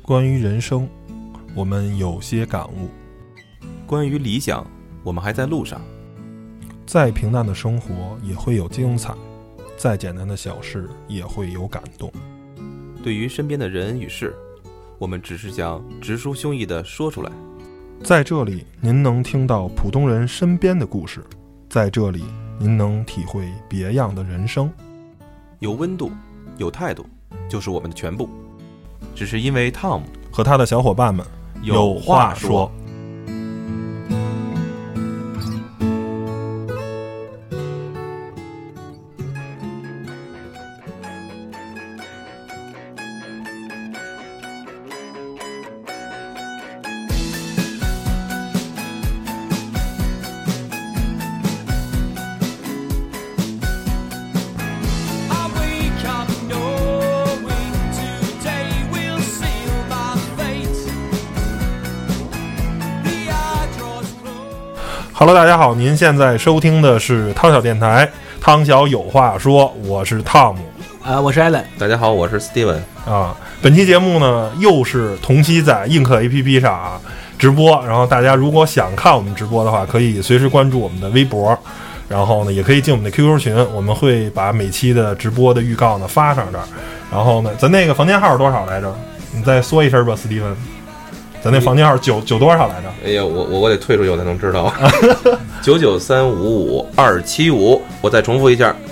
关于人生，我们有些感悟； 关于理想，我们还在路上。 再平淡的生活也会有精彩，再简单的小事也会有感动。 对于身边的人与事，我们只是想直抒胸臆地说出来。 在这里，您能听到普通人身边的故事；在这里，您能体会别样的人生。 有温度，有态度，就是我们的全部。只是因为 Tom 和他的小伙伴们有话说。Hello， 大家好，您现在收听的是汤小电台，汤小有话说，我是汤姆， 我是 Allen， 大家好，我是 Steven 啊。本期节目呢，又是同期在映客 APP 上直播，然后大家如果想看我们直播的话，可以随时关注我们的微博，然后呢，也可以进我们的 QQ 群，我们会把每期的直播的预告呢发上这儿。然后呢，咱那个房间号是多少来着？你再说一声吧，斯蒂文。咱那房间号九多少来着？ 哎呀，我得退出去我才能知道。993555275，我再重复一下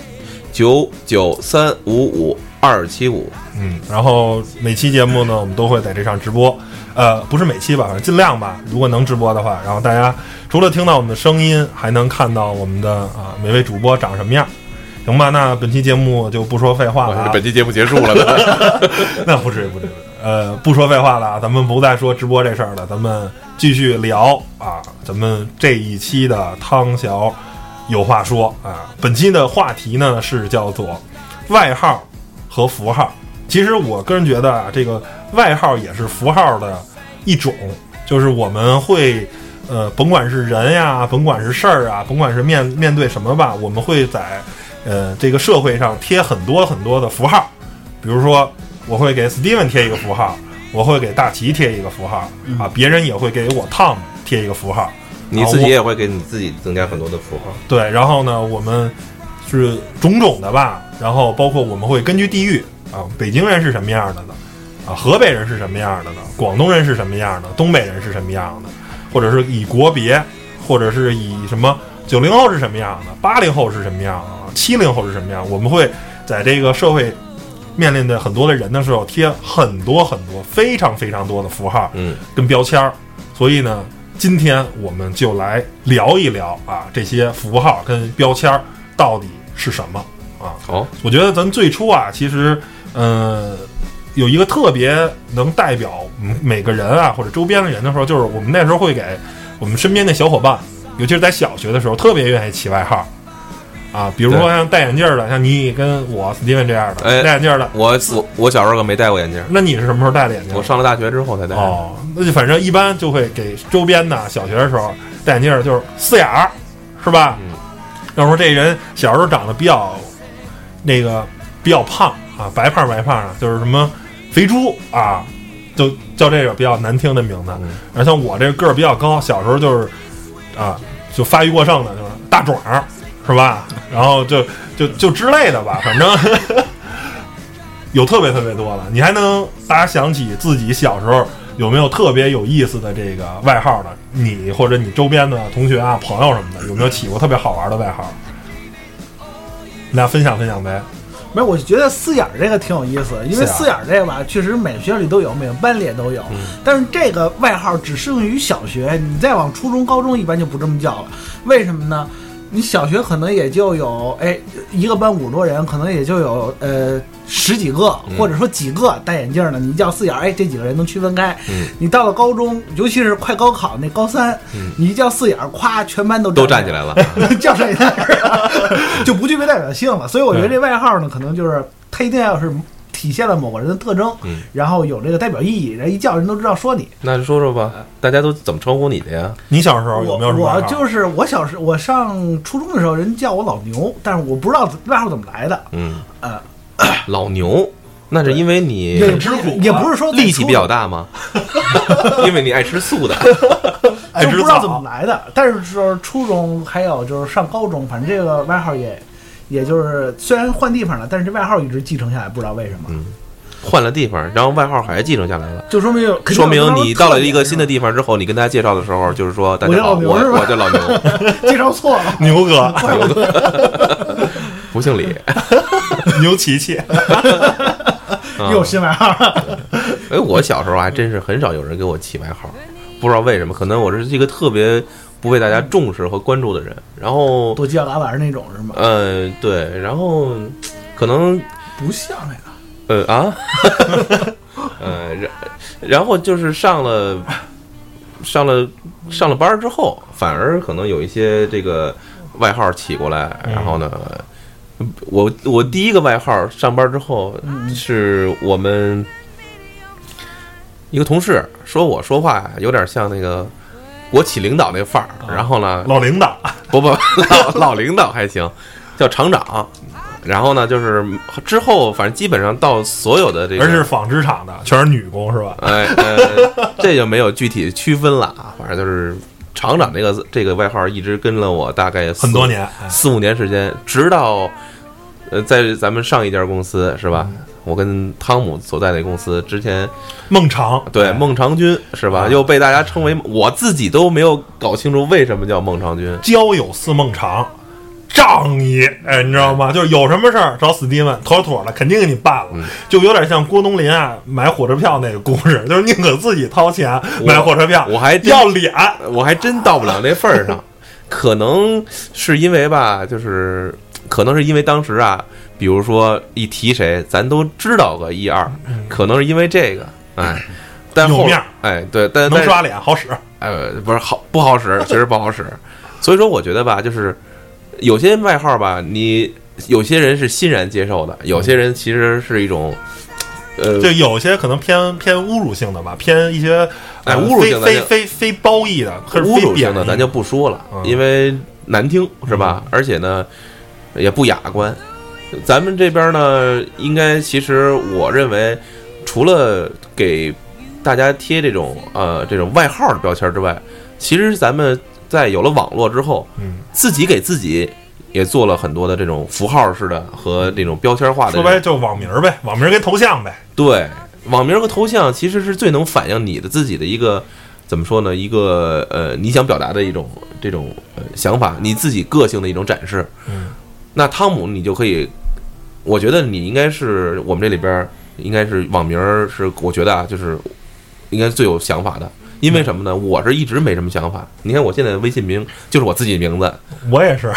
，993555275。 然后每期节目呢，我们都会在这上直播。不是每期吧，反正尽量吧。如果能直播的话，然后大家除了听到我们的声音，还能看到我们的每位主播长什么样，行吧？那本期节目就不说废话了。 本期节目结束了呢？ 那不至于。不说废话了，咱们不再说直播这事儿了，咱们继续聊咱们这一期的汤小有话说本期的话题呢是叫做外号和符号。其实我个人觉得这个外号也是符号的一种，就是我们会甭管是人呀，甭管是事儿啊，甭管是面对什么吧，我们会在这个社会上贴很多很多的符号。比如说我会给 Steven 贴一个符号，我会给大齐贴一个符号别人也会给我 Tom 贴一个符号， 你自己也会给你自己增加很多的符号。 对，然后呢，我们是种种的吧，然后包括我们会根据地域北京人是什么样的呢？河北人是什么样的呢？广东人是什么样的？东北人是什么样的？或者是以国别，或者是以什么90后是什么样的，80后是什么样的，70后是什么样？我们会在这个社会面临的很多的人的时候贴很多很多非常非常多的符号跟标签所以呢今天我们就来聊一聊这些符号跟标签到底是什么好， 我觉得咱最初其实有一个特别能代表每个人或者周边的人的时候，就是我们那时候会给我们身边的小伙伴，尤其是在小学的时候特别愿意起外号比如说像戴眼镜的，像你跟我 Steven 这样的戴眼镜的。我小时候可没戴过眼镜。 那你是什么时候戴的眼镜？ 我上了大学之后才戴。 那就反正一般就会给周边的小学的时候戴眼镜就是四眼儿，是吧？要说这人小时候长得比较比较胖白胖的，就是什么肥猪就叫这个比较难听的名字。然后像我这个儿比较高，小时候就是就发育过剩的，就是大壮儿。是吧？然后就之类的吧，反正有特别特别多了。你还能大家想起自己小时候有没有特别有意思的这个外号的？你或者你周边的同学朋友什么的，有没有起过特别好玩的外号？你俩分享分享呗。 没有，我觉得四眼这个挺有意思，因为四眼这个吧，确实每个学校里都有，每个班里也都有。但是这个外号只适用于小学，你再往初中、高中一般就不这么叫了。为什么呢？你小学可能也就有一个班50多人，可能也就有10几个或者说几个戴眼镜的，你叫四眼这几个人能区分开。你到了高中，尤其是快高考那高3，你一叫四眼，咵全班都站起来了， 叫上一代就不具备代表性了。所以我觉得这外号呢，可能就是它一定要是体现了某个人的特征，然后有这个代表意义，人一叫人都知道说你。 那就说说吧，大家都怎么称呼你的呀？ 你小时候有没有什么外号？ 我上初中的时候，人叫我老牛，但是我不知道外号怎么来的。 老牛， 那是因为你也不是说力气比较大吗？因为你爱吃素的， 爱吃就不知道怎么来的。但是说初中还有就是上高中，反正这个外号也就是虽然换地方了，但是这外号一直继承下来，不知道为什么。 换了地方，然后外号还继承下来了， 就说明你到了一个新的地方之后，你跟大家介绍的时候，就是说大家好，我叫老牛， 介绍错了， 牛哥， 不姓李， 牛琪琪， 又新外号。 哎，我小时候还真是很少有人给我起外号，不知道为什么，可能我是一个特别不被大家重视和关注的人，然后多犄角旮旯那种是吗？ 对，然后可能不像呀。 然后就是上了班之后，反而可能有一些这个外号起过来。然后呢，我第一个外号上班之后，是我们一个同事说我说话有点像那个国企领导那范儿。然后呢， 老领导不老领导还行，叫厂长。然后呢，就是之后反正基本上到所有的这个， 而是纺织厂的，全是女工是吧？ 这就没有具体区分了啊。反正就是厂长这个外号一直跟了我大概很多年 ，4-5年时间，直到在咱们上一家公司是吧？我跟汤姆所在那公司之前， 孟尝， 对，孟尝君是吧？又被大家称为，我自己都没有搞清楚为什么叫孟尝君。 交友似孟尝。仗义，你知道吗？就是有什么事儿找史蒂文，妥的，肯定给你办了。就有点像郭冬临啊买火车票那个故事，就是宁可自己掏钱买火车票， 我还要脸， 我还真到不了那份儿上。可能是因为吧，就是可能是因为当时啊，比如说一提谁，咱都知道个1、2，可能是因为这个，但有面， 对，但能刷脸，好使， 不是不好使，确实不好使。所以说，我觉得吧，就是有些外号吧，你有些人是欣然接受的，有些人其实是一种， 就有些可能偏侮辱性的吧，偏一些侮辱性的非褒义的， 侮辱性的咱就不说了，因为难听是吧？而且呢也不雅观。咱们这边呢，应该其实我认为，除了给大家贴这种外号的标签之外，其实咱们在有了网络之后，自己给自己也做了很多的这种符号式的和这种标签化的， 说白就网名呗，网名跟头像呗。 对，网名和头像其实是最能反映你的自己的一个怎么说呢？一个你想表达的一种这种想法，你自己个性的一种展示。那汤姆你就可以，我觉得你应该是我们这里边应该是网名是，我觉得啊，就是应该最有想法的。因为什么呢？我是一直没什么想法。你看我现在的微信名就是我自己名字， 我也是。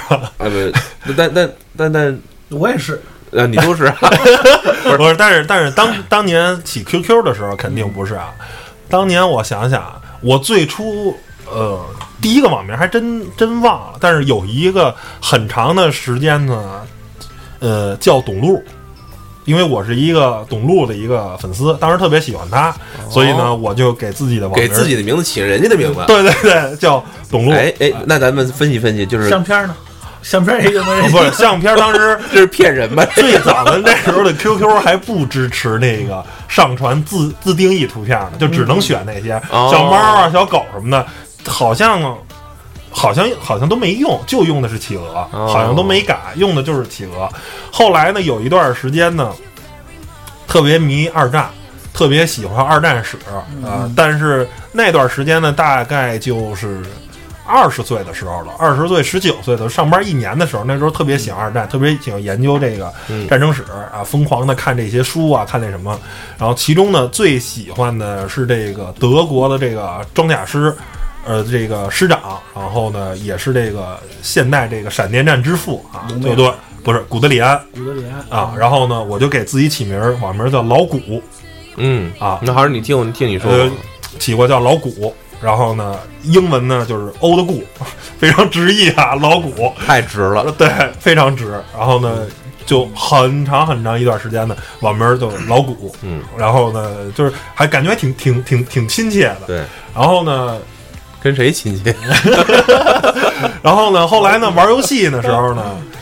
但我也是。 你都是不是？但是当年起 QQ 的时候肯定不是啊。当年我想想，我最初第一个网名还真忘了，但是有一个很长的时间呢，叫董路。因为我是一个董路的一个粉丝，当时特别喜欢他，所以呢，我就给自己的网名， 给自己的名字起人家的名字。 对，叫董路。 那咱们分析分析，就是相片呢？相片也有没有？ 不是相片，当时这是骗人吧？ 最早的那时候的 QQ 还不支持那个上传自定义图片的，就只能选那些小猫啊、小狗什么的，好像都没用，就用的是企鹅，好像都没改，用的就是企鹅。后来呢，有一段时间呢，特别迷二战，特别喜欢二战史但是那段时间呢，大概就是20岁的时候了，20岁19岁的上班1年的时候，那时候特别喜欢二战，特别喜欢研究这个战争史疯狂的看这些书啊，看那什么。然后其中呢，最喜欢的是这个德国的这个装甲师。这个师长，然后呢，也是这个现代这个闪电战之父啊，对，不是古德里安啊。然后呢，我就给自己起名，网名叫老古， 那好像你听你说， 起过叫老古。然后呢，英文呢就是 old 古，非常直译啊，老古太直了， 对，非常直。然后呢，就很长一段时间呢，网名就老古，然后呢，就是还感觉还挺亲切的， 对。 然后呢。 跟谁亲戚？ 然后呢？后来呢？玩游戏的时候呢，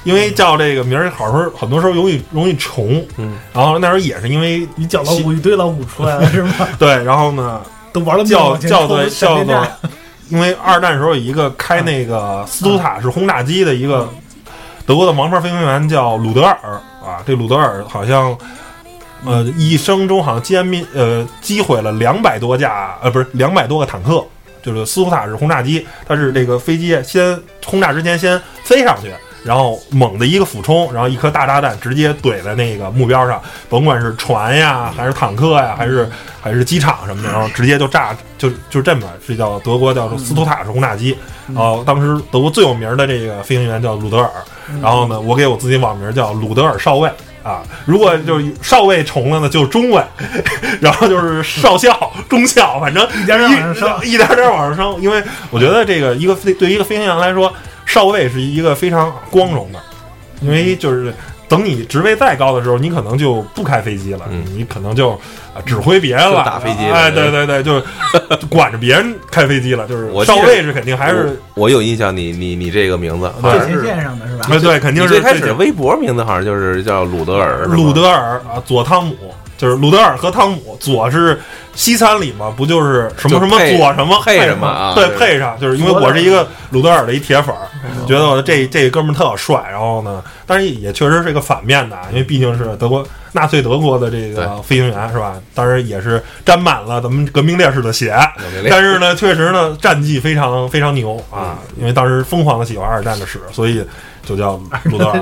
因为叫这个名儿，好时候很多时候容易重，然后那时候也是因为你叫老虎一堆老虎出来了是吗？ 对，然后呢， 都玩了叫做，因为2战时候有一个开那个斯图塔式轰炸机的一个德国的王牌飞行员叫鲁德尔啊，这鲁德尔好像一生中好像击毁了200多架不是200多个坦克。就是斯图塔式轰炸机，它是这个飞机先轰炸之前先飞上去，然后猛的一个俯冲，然后一颗大炸弹直接怼在那个目标上，甭管是船呀，还是坦克呀，还是机场什么的，然后直接就炸，就这么是叫德国叫做斯图塔式轰炸机。然后当时德国最有名的这个飞行员叫鲁德尔，然后呢，我给我自己网名叫鲁德尔少尉。啊，如果就是少尉重了呢，就是中尉，然后就是少校、中校，反正一点点往上升， 一点点往上升。因为我觉得这个对于一个飞行员来说，少尉是一个非常光荣的，因为就是等你职位再高的时候，你可能就不开飞机了，你可能就指挥别人了， 打飞机了， 哎，对，就管着别人开飞机了。就是少尉是肯定还是我有印象，你这个名字最前线上的是吧？ 对，肯定是最开始微博名字好像就是叫鲁德尔啊，佐汤姆。就是鲁德尔和汤姆，佐是西餐里嘛，不就是什么什么佐什么配什么啊？ 对，配上，就是因为我是一个鲁德尔的一铁粉，觉得我这哥们儿特帅，然后呢，但是也确实是一个反面的，因为毕竟是纳粹德国的这个飞行员是吧？当然也是沾满了咱们革命烈士的血，但是呢，确实呢战绩非常非常牛啊，因为当时疯狂的喜欢2战的史，所以就叫鲁德尔。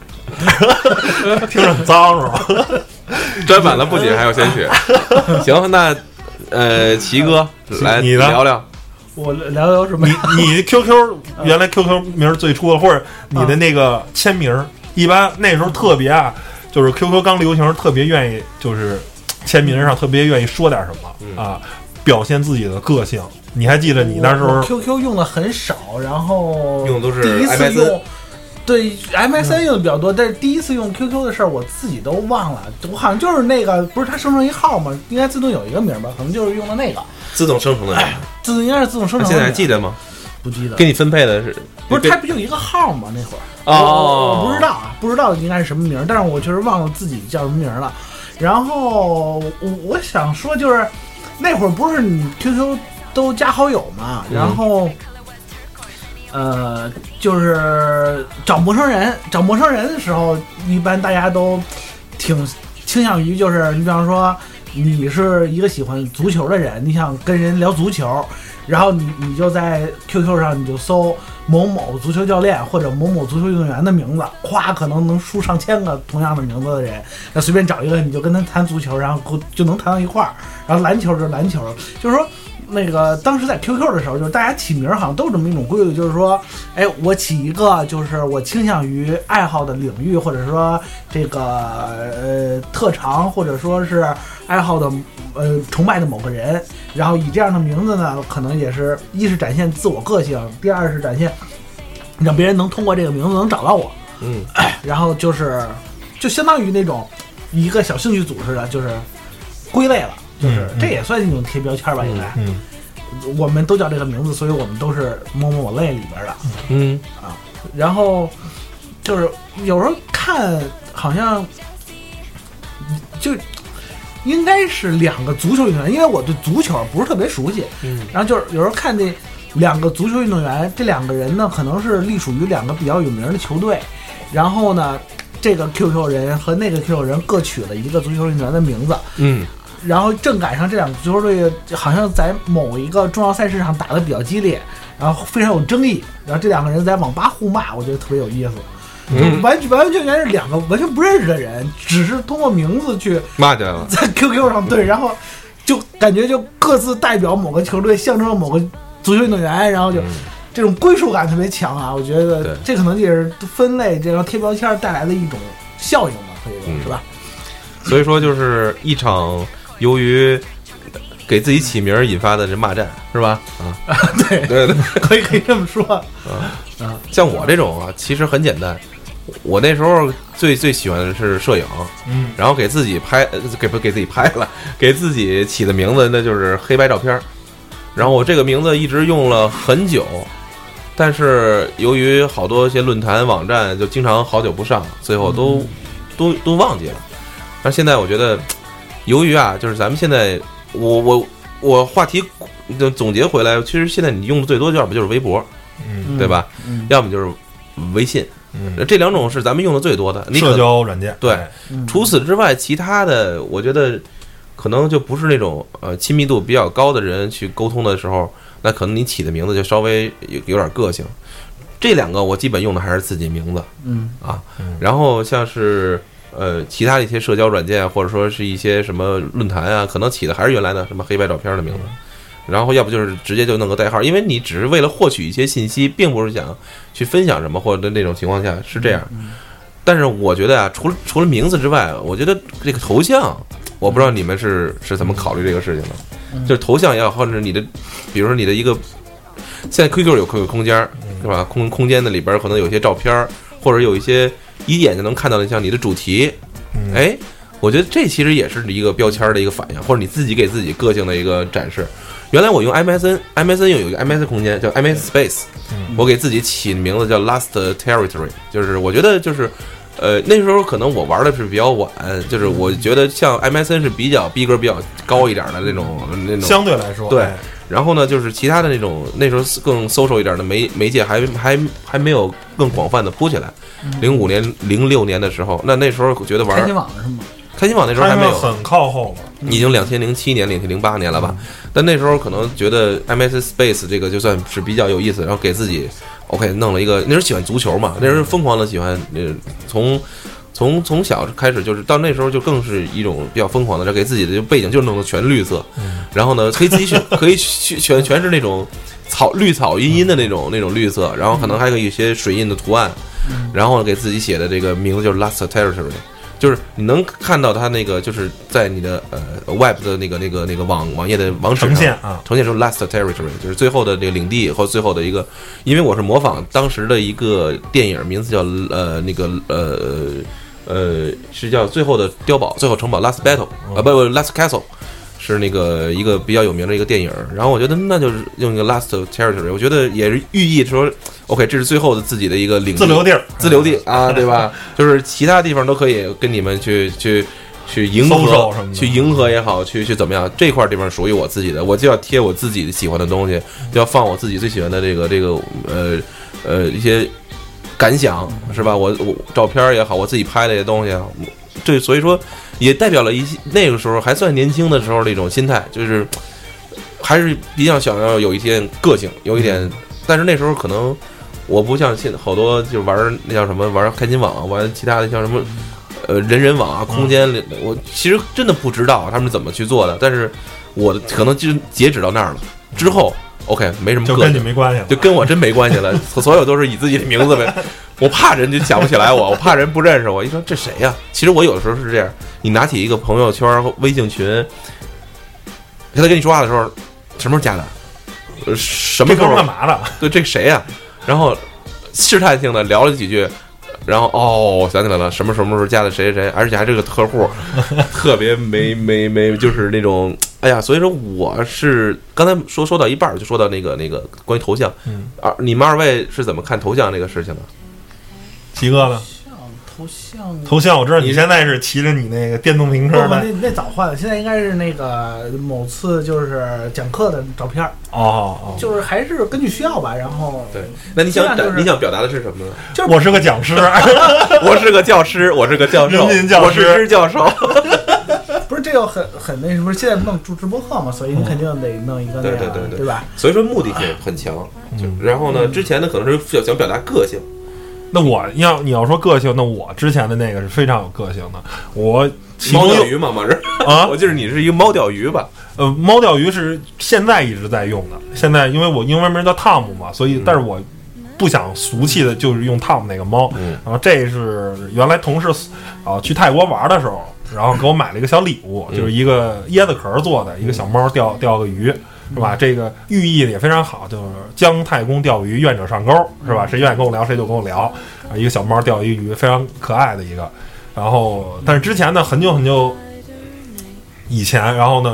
听着很脏是吧？ 沾满了不仅还有鲜血。行，那齐哥来你聊聊， 我聊聊什么？ 你 QQ 原来 QQ 名最初的，或者你的那个签名，一般那时候特别啊，就是 QQ 刚流行，特别愿意就是签名上特别愿意说点什么啊，表现自己的个性。你还记得你那时候 QQ 用的很少，然后用的都是第一次用。对 MSN 用的比较多，但是第一次用 QQ 的事儿我自己都忘了，我好像就是那个，不是它生成一号吗？应该自动有一个名吧，可能就是用的那个自动生成的， 应该是自动生成的。 现在还记得吗？ 不记得。 给你分配的是不是？它不就一个号吗？那会儿我不知道啊，不知道应该是什么名，但是我确实忘了自己叫什么名了。然后我想说，就是那会儿不是你 QQ 都加好友嘛，然后。就是找陌生人的时候，一般大家都挺倾向于，就是你比方说你是一个喜欢足球的人，你想跟人聊足球，然后你就在 QQ 上你就搜某某足球教练或者某某足球运动员的名字，咵可能能数上千个同样的名字的人，那随便找一个你就跟他谈足球，然后就能谈到一块儿，然后篮球就是篮球，就是说。那个当时在 QQ 的时候，就是大家起名好像都有这么一种规律，就是说，哎，我起一个就是我倾向于爱好的领域，或者说这个特长，或者说是爱好的崇拜的某个人，然后以这样的名字呢，可能也是一是展现自我个性，第二是展现让别人能通过这个名字能找到我，然后就相当于那种一个小兴趣组似的，就是归类了。就是这也算一种贴标签吧，应该。我们都叫这个名字，所以我们都是某某类里边的。然后就是有时候看，好像就应该是2个足球运动员，因为我对足球不是特别熟悉。然后就是有时候看这2个足球运动员，这2个人呢，可能是隶属于2个比较有名的球队，然后呢，这个 QQ 人和那个 QQ 人各取了一个足球运动员的名字。然后正赶上这2个足球队好像在某一个重要赛事上打得比较激烈，然后非常有争议，然后这2个人在网吧互骂，我觉得特别有意思。完全是2个完全不认识的人，只是通过名字去骂起来了， 在 QQ 上对，然后就感觉就各自代表某个球队，象征了某个足球运动员，然后就这种归属感特别强啊！我觉得这可能也是分类这样贴标签带来的一种效应吧，可以说是吧？ 所以说就是一场。由于给自己起名引发的这骂战是吧？对， 可以这么说。 像我这种啊，其实很简单。我那时候最喜欢的是摄影，然后给自己拍，给自己拍了，给自己起的名字那就是黑白照片。然后我这个名字一直用了很久， 但是由于好多一些论坛网站就经常好久不上，最后都忘记了。但现在我觉得，由于啊，就是咱们现在我话题就总结回来，其实现在你用的最多要不就是微博，对吧？要么就是微信，这两种是咱们用的最多的社交软件。 对，除此之外，其他的我觉得可能就不是那种亲密度比较高的人去沟通的时候。那可能你起的名字就稍微有点个性，这两个我基本用的还是自己名字，然后像是其他的一些社交软件或者说是一些什么论坛啊，可能起的还是原来的什么黑白照片的名字，然后要不就是直接就弄个代号，因为你只是为了获取一些信息，并不是想去分享什么，或者那种情况下是这样。但是我觉得啊，除了名字之外，我觉得这个头像，我不知道你们是怎么考虑这个事情的。就是头像也好，或者你的，比如说你的一个，现在 QQ 有 QQ 空间是吧？空间的里边可能有一些照片，或者有一些一眼就能看到的，像你的主题，我觉得这其实也是一个标签的一个反应，或者你自己给自己个性的一个展示。原来我用 MSN 有一个 MSN 空间叫 MS Space，我给自己起名字叫 Last Territory， 就是我觉得就是。那时候可能我玩的是比较晚，就是我觉得像 MSN 是比较逼格比较高一点的那种， 相对来说对。然后呢，就是其他的那种那时候更 social 一点的媒介还没有更广泛的铺起来。05年、06年的时候，那时候我觉得玩开心网是吗？ 开心网那时候还没有， 很靠后了， 已经2007年、2008年了吧？但那时候可能觉得 MS Space 这个就算是比较有意思，然后给自己。OK， 弄了一个，那时候喜欢足球嘛，那时候疯狂的喜欢，从小开始就是到那时候就更是一种比较疯狂的，给自己的背景就弄得全绿色，然后呢可以自己选，可以全是那种绿草茵茵的那种绿色，然后可能还有一些水印的图案，然后给自己写的这个名字就是 Last Territory。就是你能看到它那个，就是在你的Web 的那个网页的网址上呈现出 Last Territory， 就是最后的这个领地或最后的一个，因为我是模仿当时的一个电影，名字叫是叫最后的碉堡，最后城堡 Last Battle， 不 Last Castle。是那个一个比较有名的一个电影，然后我觉得那就是用一个 Last Territory， 我觉得也是寓意说 ，OK， 这是最后的自己的一个领地自留地啊，对吧？就是其他地方都可以跟你们去迎合，去迎合也好，去怎么样？这块地方属于我自己的，我就要贴我自己喜欢的东西，就要放我自己最喜欢的这个一些感想，是吧？我照片也好，我自己拍的一些东西啊。对，所以说也代表了一些那个时候还算年轻的时候的一种心态，就是还是比较想要有一些个性，有一点，但是那时候可能我不像现在好多就玩那叫什么玩开心网，玩其他的像什么人网啊、空间里，我其实真的不知道他们怎么去做的，但是我可能就截止到那儿了，之后 OK 没什么个性， 就跟你没关系了， 就跟我真没关系了，所有都是以自己的名字呗。我怕人就想不起来我怕人不认识我。一说这谁呀？其实我有的时候是这样，你拿起一个朋友圈、微信群，跟他跟你说话的时候，什么时候加的？什么时候干嘛的？ 对，这谁呀？然后试探性的聊了几句，然后我想起来了，什么时候加的谁谁谁，而且还是个客户，特别没，就是那种。哎呀，所以说我是刚才说到一半就说到那个关于头像，你们二位是怎么看头像这个事情的？ 齐哥呢？头像，我知道你现在是骑着你那个电动自行车的， 那早换了，现在应该是那个某次就是讲课的照片。就是还是根据需要吧。然后对，那你想表达的是什么呢？ 就是我是个讲师， 我是个教师，我是个教授，我是支教授。 不是这个很那什么，现在弄直播课嘛，所以你肯定得弄一个那样，对吧？ 所以说目的性很强。然后呢，之前呢可能是想表达个性。 那你要说个性，那我之前的那个是非常有个性的。我猫钓鱼嘛，我记得你是一个猫钓鱼吧？ 猫钓鱼是现在一直在用的。现在因为我英文名叫 Tom 嘛，所以但是我不想俗气的，就是用 Tom 那个猫。然后这是原来同事去泰国玩的时候，然后给我买了一个小礼物，就是一个椰子壳做的一个小猫钓个鱼。是吧？这个寓意也非常好，就是姜太公钓鱼，愿者上钩，是吧？谁愿意跟我聊，谁就跟我聊。一个小猫钓一鱼，非常可爱的一个。然后，但是之前呢，很久以前，然后呢，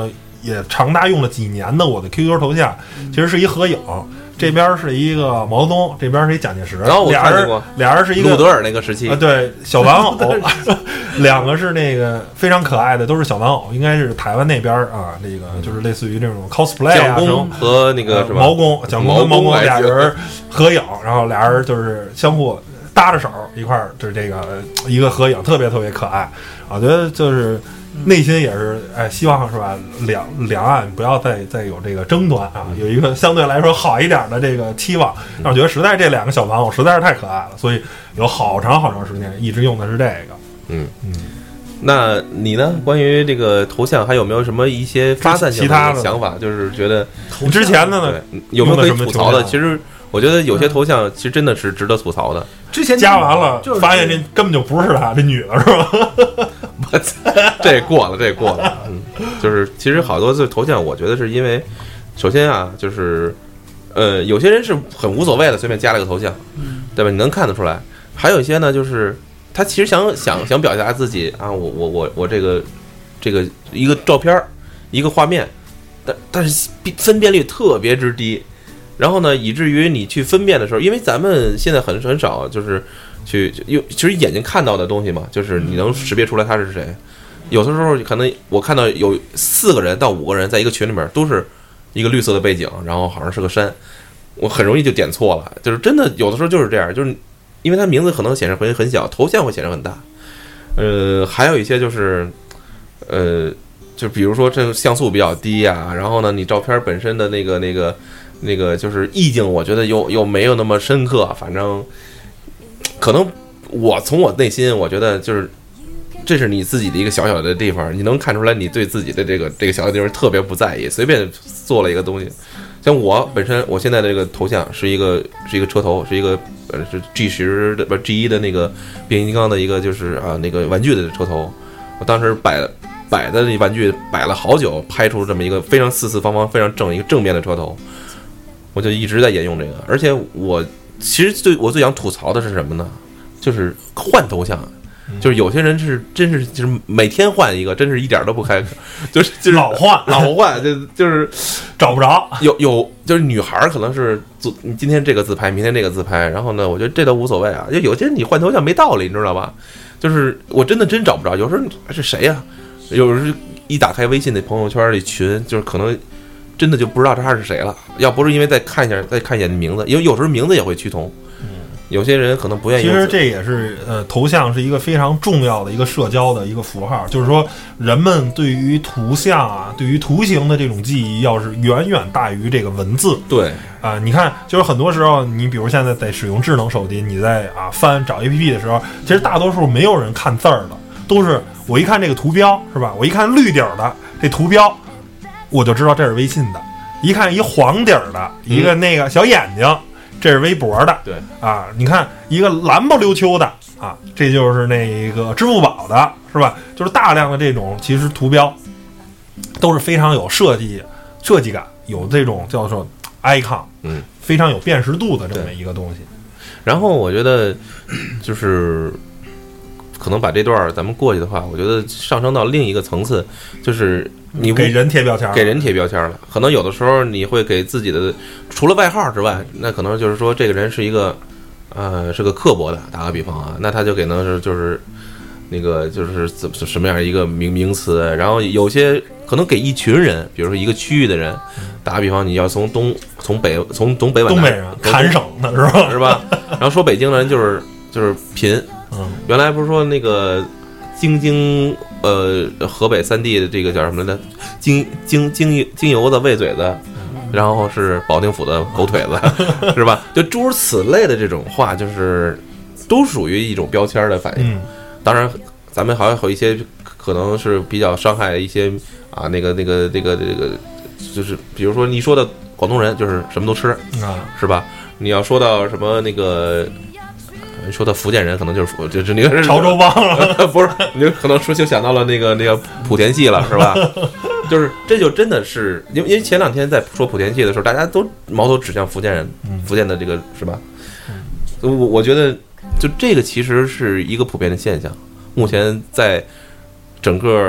也长达用了几年的我的 QQ 头像，其实是一合影。这边是一个毛泽东，这边是一蒋介石， 然后我看见过俩人是一个路德尔那个时期对，小玩偶，两个是那个非常可爱的，都是小玩偶，应该是台湾那边啊，这个就是类似于这种 cosplay 啊， 蒋公和那个什么毛公，蒋公跟毛公俩人合影，然后俩人就是相互搭着手一块儿，就是这个一个合影，特别特别可爱。我觉得就是内心也是希望是吧，两岸不要再有这个争端啊，有一个相对来说好一点的这个期望。但我觉得实在这两个小玩偶实在是太可爱了，所以有好长时间一直用的是这个。 那你呢？关于这个头像还有没有什么一些发散性的想法？就是觉得之前的呢， 有没有可以吐槽的？其实我觉得有些头像其实真的是值得吐槽的。 之前加完了，发现这根本就不是他，这女的是吧？ 这过了。就是其实好多次头像，我觉得是因为，首先啊，就是有些人是很无所谓的，随便加了个头像，对吧？你能看得出来。还有一些呢，就是他其实想表达自己啊，我这个一个照片一个画面，但是分辨率特别之低。然后呢，以至于你去分辨的时候，因为咱们现在很少就是其实眼睛看到的东西嘛，就是你能识别出来他是谁。有的时候可能我看到有4个人到5个人在一个群里面，都是一个绿色的背景，然后好像是个山，我很容易就点错了。就是真的有的时候就是这样，就是因为他名字可能显示会很小，头像会显示很大。还有一些就是就比如说这个像素比较低呀，然后呢，你照片本身的那个就是意境，我觉得又没有那么深刻。反正可能从我内心，我觉得就是这是你自己的一个小小的地方，你能看出来你对自己的这个这个小小的地方特别不在意，随便做了一个东西。像我本身，我现在的这个头像是一个车头，是一个是 G10的G1的那个变形金刚的一个就是那个玩具的车头。我当时摆的那玩具摆了好久，拍出这么一个非常四四方方、非常一个正面的车头，我就一直在沿用这个。而且我其实我最想吐槽的是什么呢？就是换头像。就是有些人是真是就是每天换一个，真是一点都不开口，就是老换， 就是找不着。 有就是女孩可能是你今天这个自拍，明天这个自拍，然后呢，我觉得这都无所谓啊。就有些人你换头像没道理，你知道吧？就是我真找不着，有时候是谁呀？有时候一打开微信的朋友圈里群，就是可能真的就不知道他是谁了。要不是因为再看一眼名字，因为有时候名字也会趋同。有些人可能不愿意。 其实这也是头像是一个非常重要的一个社交的一个符号，就是说人们对于图像啊，对于图形的这种记忆，要是远远大于这个文字。 对你看，就是很多时候，你比如现在在使用智能手机，你在找 APP 的时候，其实大多数没有人看字儿的，都是我一看这个图标是吧？我一看绿底儿的这图标，我就知道这是微信的；一看一黄底儿的一个那个小眼睛。这是微博的， 对你看一个蓝不溜秋的这就是那个支付宝的，是吧？就是大量的这种其实图标都是非常有设计感，有这种叫做 icon，非常有辨识度的这么一个东西。 然后我觉得就是可能把这段咱们过去的话，我觉得上升到另一个层次，就是你给人贴标签了。可能有的时候你会给自己的除了外号之外，那可能就是说这个人是一个是个刻薄的，打个比方啊，那他就给能就是那个就是什么样一个名词。然后有些可能给一群人，比如说一个区域的人，打个比方，你要从北往东北人砍省的是吧？ 然后说北京人就是贫。原来不是说那个京河北3地的这个叫什么来着？京油子喂嘴子，然后是保定府的狗腿子，是吧？就诸如此类的这种话，就是都属于一种标签的反应。当然，咱们还有一些可能是比较伤害一些那个，就是比如说你说的广东人就是什么都吃是吧？你要说到什么那个。说到福建人，可能就是那个潮州帮了， 不是？你可能就想到了那个莆田系了，是吧？就是这就真的是，因为前2天在说莆田系的时候，大家都矛头指向福建人，福建的这个是吧？我觉得就这个其实是一个普遍的现象。目前在整个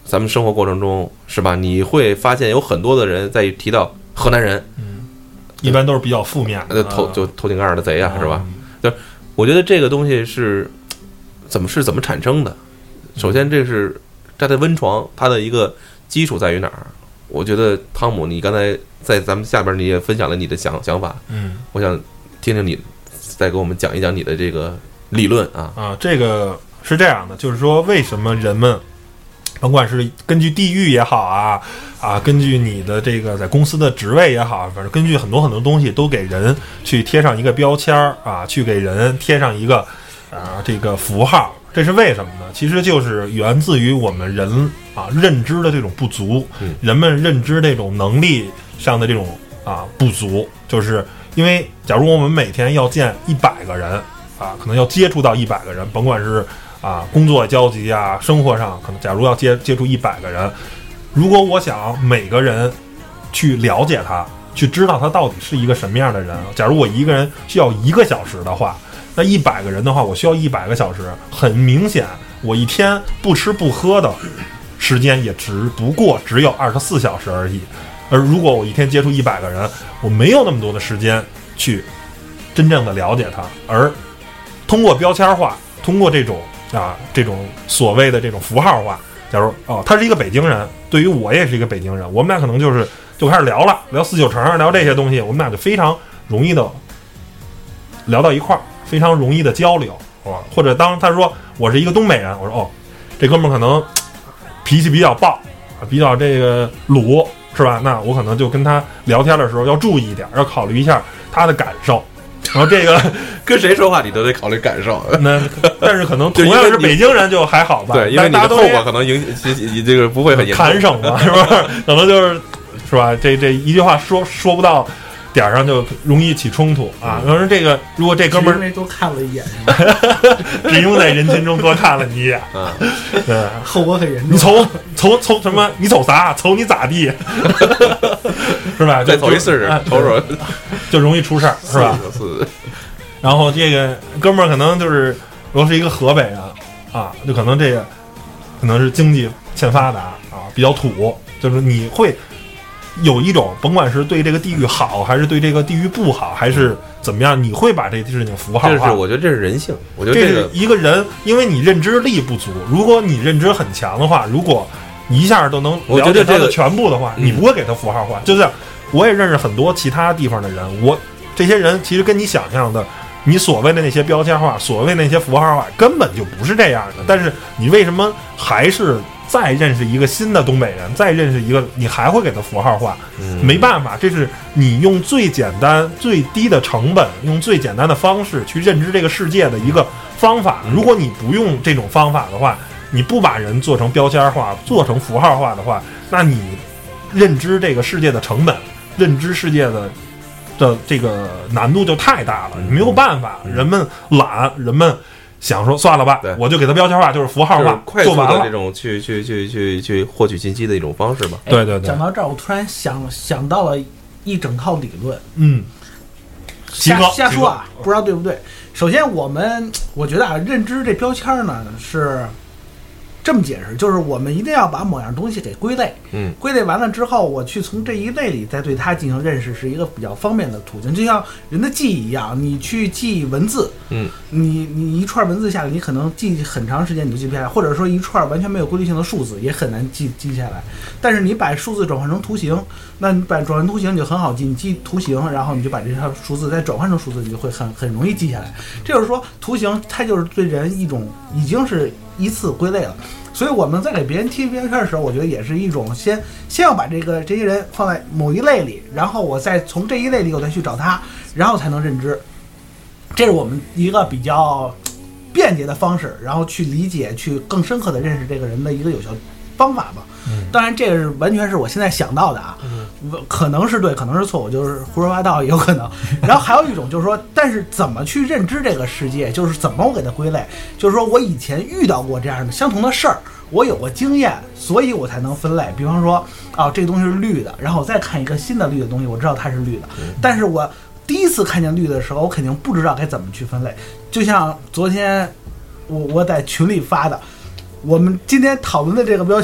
咱们生活过程中是吧？你会发现有很多的人在提到河南人， 一般都是比较负面的， 头顶盖的贼啊，是吧？就是我觉得这个东西是怎么产生的？首先，这是站在温床，它的一个基础在于哪儿？我觉得汤姆，你刚才在咱们下边你也分享了你的想法，我想听听你再给我们讲一讲你的这个理论啊。 这个是这样的，就是说为什么人们甭管是根据地域也好啊，根据你的这个在公司的职位也好，反正根据很多很多东西都给人去贴上一个标签啊，去给人贴上一个这个符号，这是为什么呢？其实就是源自于我们人认知的这种不足，人们认知这种能力上的这种不足，就是因为假如我们每天要见100个人可能要接触到100个人，甭管是工作交集生活上可能假如要接触100个人，如果我想每个人去了解他，去知道他到底是一个什么样的人，假如我一个人需要1个小时的话，那100个人的话我需要100个小时，很明显我一天不吃不喝的时间也只有24小时而已。而如果我一天接触100个人，我没有那么多的时间去真正的了解他，而通过标签化，通过这种所谓的这种符号化，假如他是一个北京人，对于我也是一个北京人，我们俩可能就开始聊4-9成，聊这些东西，我们俩就非常容易的聊到一块儿，非常容易的交流，或者当他说我是一个东北人，我说这哥们儿可能脾气比较暴，比较这个鲁，是吧？那我可能就跟他聊天的时候要注意一点，要考虑一下他的感受。然后这个跟谁说话你都得考虑感受， 但是可能同样是北京人就还好吧？ 对，因为你的后果可能你这个不会很严重， 砍省嘛，是不是？可能是吧？这一句话说不到点上就容易起冲突啊。可是这个如果这哥们儿因为多看了一眼， 只因为在人群中多看了你一眼， 后果很严重。 你瞅什么？你瞅啥？瞅你咋地？是吧？ 再瞅一试试，瞅就容易出事儿，是吧？然后这个哥们儿可能如果是一个河北人就可能可能是经济欠发达比较土，就是你会有一种甭管是对这个地域好，还是对这个地域不好，还是怎么样，你会把这事情符号化。 我觉得这是人性。我觉得这是一个人，因为你认知力不足。如果你认知很强的话，如果你一下都能了解他的全部的话，你不会给他符号化。就像我也认识很多其他地方的人，这些人其实跟你想象的，你所谓的那些标签化，所谓那些符号化，根本就不是这样的。但是你为什么还是再认识一个新的东北人，再认识一个，你还会给他符号化？没办法，这是你用最简单、最低的成本，用最简单的方式去认知这个世界的一个方法。如果你不用这种方法的话，你不把人做成标签化、做成符号化的话，那你认知这个世界的成本、认知世界的这个难度就太大了。你没有办法，人们懒，人们想说算了吧，我就给它标签化，就是符号化， 快速的这种去获取信息的一种方式吧。 对对对。 讲到这儿，我突然想到了一整套理论。瞎说不知道对不对。首先，我觉得认知这标签呢是这么解释，就是我们一定要把某样东西给归类，归类完了之后，我去从这一类里再对它进行认识，是一个比较方便的途径。就像人的记忆一样，你去记文字，你一串文字下来，你可能记很长时间你就记不下来，或者说一串完全没有规律性的数字也很难记下来。但是你把数字转换成图形，那你把转换图形你就很好记，你记图形，然后你就把这条数字再转换成数字，你就会很容易记下来。这就是说，图形它就是对人一种已经是一次归类了。所以我们在给别人贴标签的时候，我觉得也是一种先要把这些人放在某一类里，然后我再从这一类里我再去找他，然后才能认知。这是我们一个比较便捷的方式，然后去理解、去更深刻的认识这个人的一个有效方法吧。当然这个是完全是我现在想到的可能是对，可能是错，我就是胡说八道也有可能。然后还有一种就是说，但是怎么去认知这个世界，就是怎么我给它归类，就是说我以前遇到过这样的相同的事儿，我有过经验，所以我才能分类。比方说这个东西是绿的，然后我再看一个新的绿的东西，我知道它是绿的，但是我第一次看见绿的时候，我肯定不知道该怎么去分类。就像昨天我在群里发的，我们今天讨论的这个标签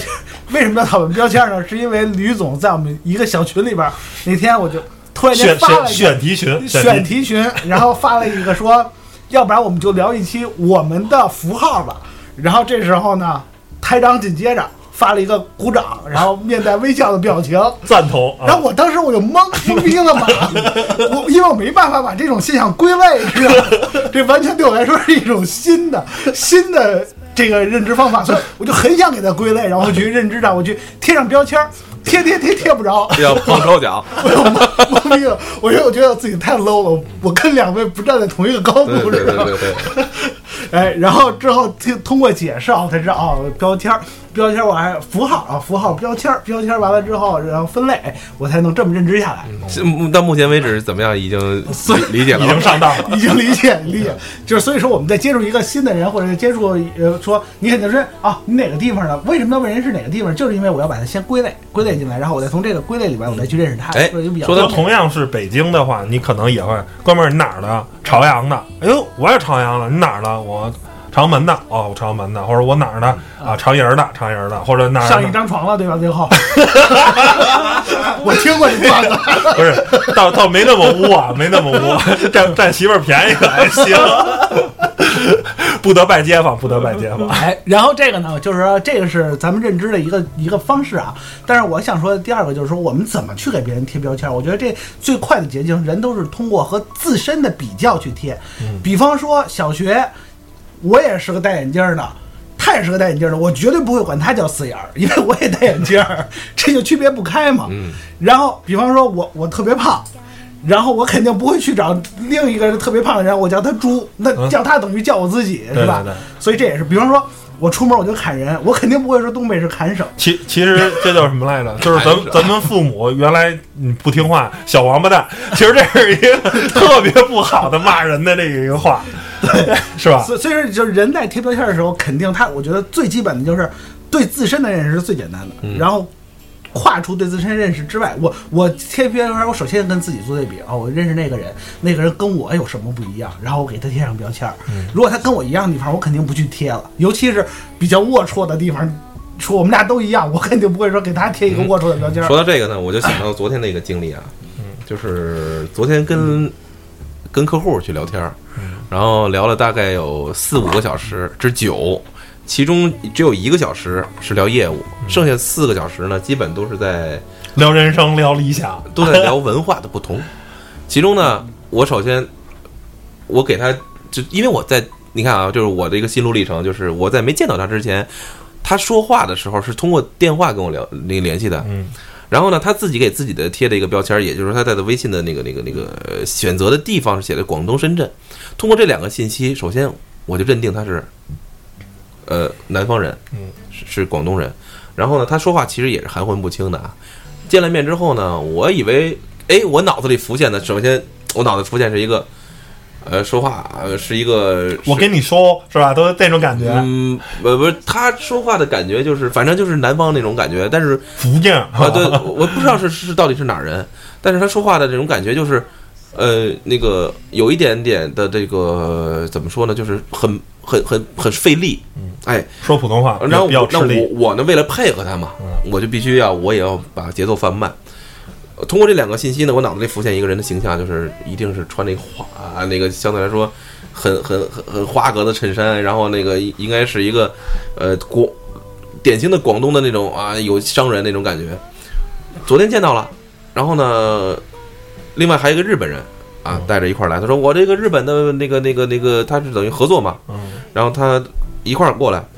为什么要讨论标签呢？是因为吕总在我们一个小群里边，那天我就突然间发了选题群， 然后发了一个说，要不然我们就聊一期我们的符号吧。然后这时候呢，台长紧接着发了一个鼓掌，然后面带微笑的表情， 赞同。 然后我当时我就懵逼了嘛，因为我没办法把这种现象归类，知道吗？这完全对我来说是一种新的这个认知方法，所以我就很想给它归类，然后去认知上，我去贴上标签，贴不着， 要碰手脚， 我就懵逼了。我觉得我自己太 low 了，我跟两位不站在同一个高度，知道吗？哎，然后之后通过解释我才知道标签我还符号标签完了之后，然后分类，我才能这么认知下来。 到目前为止怎么样？已经理解了， 已经上当了， 已经理解。就是所以说我们在接触一个新的人，或者接触说你肯定是你哪个地方的？为什么要问人是哪个地方？就是因为我要把它先归类进来，然后我再从这个归类里边我再去认识他。 哎， 说的同样是北京的话，你可能也会，哥们儿你哪儿的？朝阳的。哎呦，我也朝阳的，你哪儿的？我长门的，我长门的，或者我哪儿的长营的，或者哪儿上一张床了，对吧？最后我听过这段子， 不是倒没那么污啊，没那么污，占媳妇儿便宜可还行，不得拜街坊。 哎，然后这个呢，就是说这个是咱们认知的一个方式啊。但是我想说的第二个就是说，我们怎么去给别人贴标签？我觉得这最快的捷径，人都是通过和自身的比较去贴。比方说小学。我也是个戴眼镜的，他也是个戴眼镜的，我绝对不会管他叫四眼，因为我也戴眼镜，这就区别不开嘛。然后比方说我特别胖，然后我肯定不会去找另一个人特别胖的人，我叫他猪，那叫他等于叫我自己，是吧？ 对。 所以这也是，比方说我出门我就砍人，我肯定不会说东北是砍省。 其实这叫什么来着？就是咱们父母原来不听话，小王八蛋。其实这是一个特别不好的骂人的这一个话，对，是吧？ 所以说，就是人在贴标签的时候，肯定我觉得最基本的就是对自身的认识是最简单的，然后跨出对自身认识之外，我贴标签，我首先跟自己做对比我认识那个人跟我有什么不一样，然后我给他贴上标签。如果他跟我一样的地方，我肯定不去贴了，尤其是比较龌龊的地方，说我们俩都一样，我肯定不会说给他贴一个龌龊的标签。 说到这个呢，我就想到昨天那个经历啊，就是昨天跟客户去聊天，然后聊了大概有4-5个小时之久，其中只有1个小时是聊业务，剩下4个小时呢，基本都是在聊人生、聊理想， 都在聊文化的不同。其中呢，我首先我给他就因为你看啊，就是我的一个心路历程，就是我在没见到他之前，他说话的时候是通过电话跟我联系的，然后呢，他自己给自己的贴的一个标签，也就是他在微信的那个选择的地方是写的广东深圳。通过这2个信息，首先我就认定他是南方人，是广东人。然后呢，他说话其实也是含混不清的啊。见了面之后呢，我以为我脑子里浮现的，首先我脑子浮现是一个说话是一个， 我跟你说是吧，都那种感觉。 不是，他说话的感觉就是，反正就是南方那种感觉，但是福建对，我不知道是到底是哪儿人，但是他说话的这种感觉就是，那个有一点点的这个怎么说呢，就是很费力， 说普通话， 然后比较吃力。 我呢为了配合他嘛，我就必须我也要把节奏放慢。通过这2个信息呢，我脑子里浮现一个人的形象，就是一定是穿那个相对来说很花格的衬衫，然后那个应该是一个典型的广东的那种有商人那种感觉。昨天见到了，然后呢，另外还有一个日本人带着一块来，他说我这个日本的那个他是等于合作嘛，然后他一块过来，